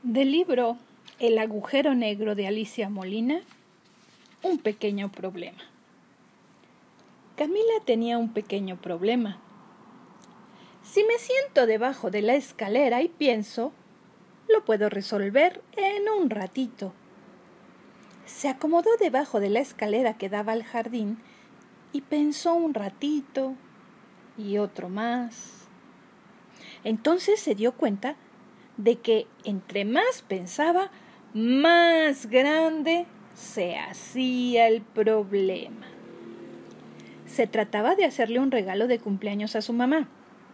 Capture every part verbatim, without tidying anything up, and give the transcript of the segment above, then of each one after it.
Del libro El agujero negro de Alicia Molina, un pequeño problema. Camila tenía un pequeño problema. Si me siento debajo de la escalera y pienso, lo puedo resolver en un ratito. Se acomodó debajo de la escalera que daba al jardín y pensó un ratito y otro más. Entonces se dio cuenta de que entre más pensaba, más grande se hacía el problema. Se trataba de hacerle un regalo de cumpleaños a su mamá.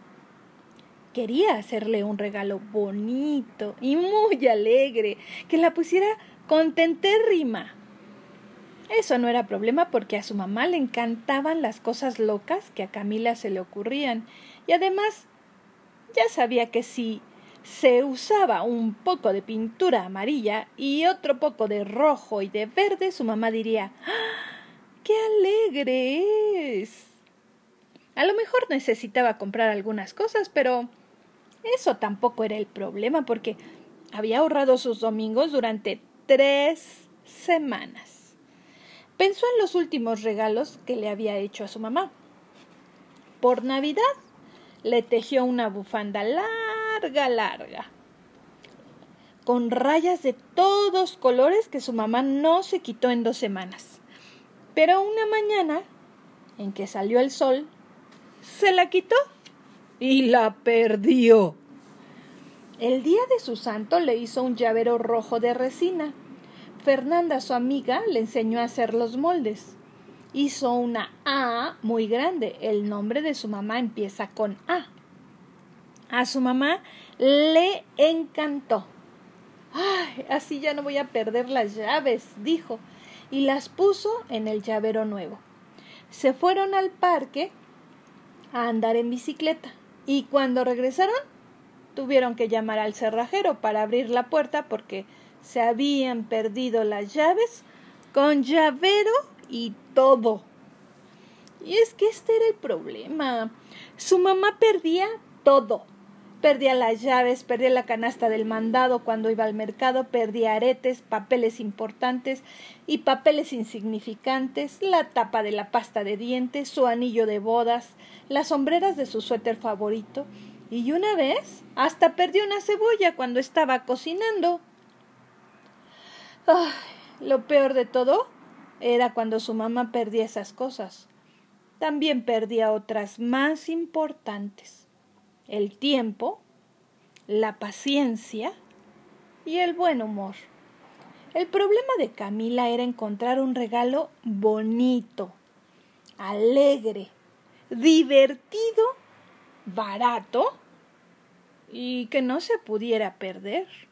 Quería hacerle un regalo bonito y muy alegre, que la pusiera contentérrima. Eso no era problema porque a su mamá le encantaban las cosas locas que a Camila se le ocurrían, y además ya sabía que si se usaba un poco de pintura amarilla y otro poco de rojo y de verde, su mamá diría: ¡Ah, qué alegre es! A lo mejor necesitaba comprar algunas cosas, pero eso tampoco era el problema porque había ahorrado sus domingos durante tres semanas. Pensó en los últimos regalos que le había hecho a su mamá. Por Navidad le tejió una bufanda larga, larga, con rayas de todos colores que su mamá no se quitó en dos semanas. Pero una mañana, en que salió el sol, se la quitó y la perdió. El día de su santo le hizo un llavero rojo de resina. Fernanda, su amiga, le enseñó a hacer los moldes. Hizo una A muy grande. El nombre de su mamá empieza con A. A su mamá le encantó. ¡Ay, así ya no voy a perder las llaves!, dijo, y las puso en el llavero nuevo. Se fueron al parque a andar en bicicleta y cuando regresaron tuvieron que llamar al cerrajero para abrir la puerta porque se habían perdido las llaves con llavero y todo. Y es que este era el problema. Su mamá perdía todo. Perdía las llaves, perdía la canasta del mandado cuando iba al mercado, perdía aretes, papeles importantes y papeles insignificantes, la tapa de la pasta de dientes, su anillo de bodas, las sombreras de su suéter favorito, y una vez hasta perdió una cebolla cuando estaba cocinando. Ay, lo peor de todo era cuando su mamá perdía esas cosas. También perdía otras más importantes: el tiempo, la paciencia y el buen humor. El problema de Camila era encontrar un regalo bonito, alegre, divertido, barato y que no se pudiera perder.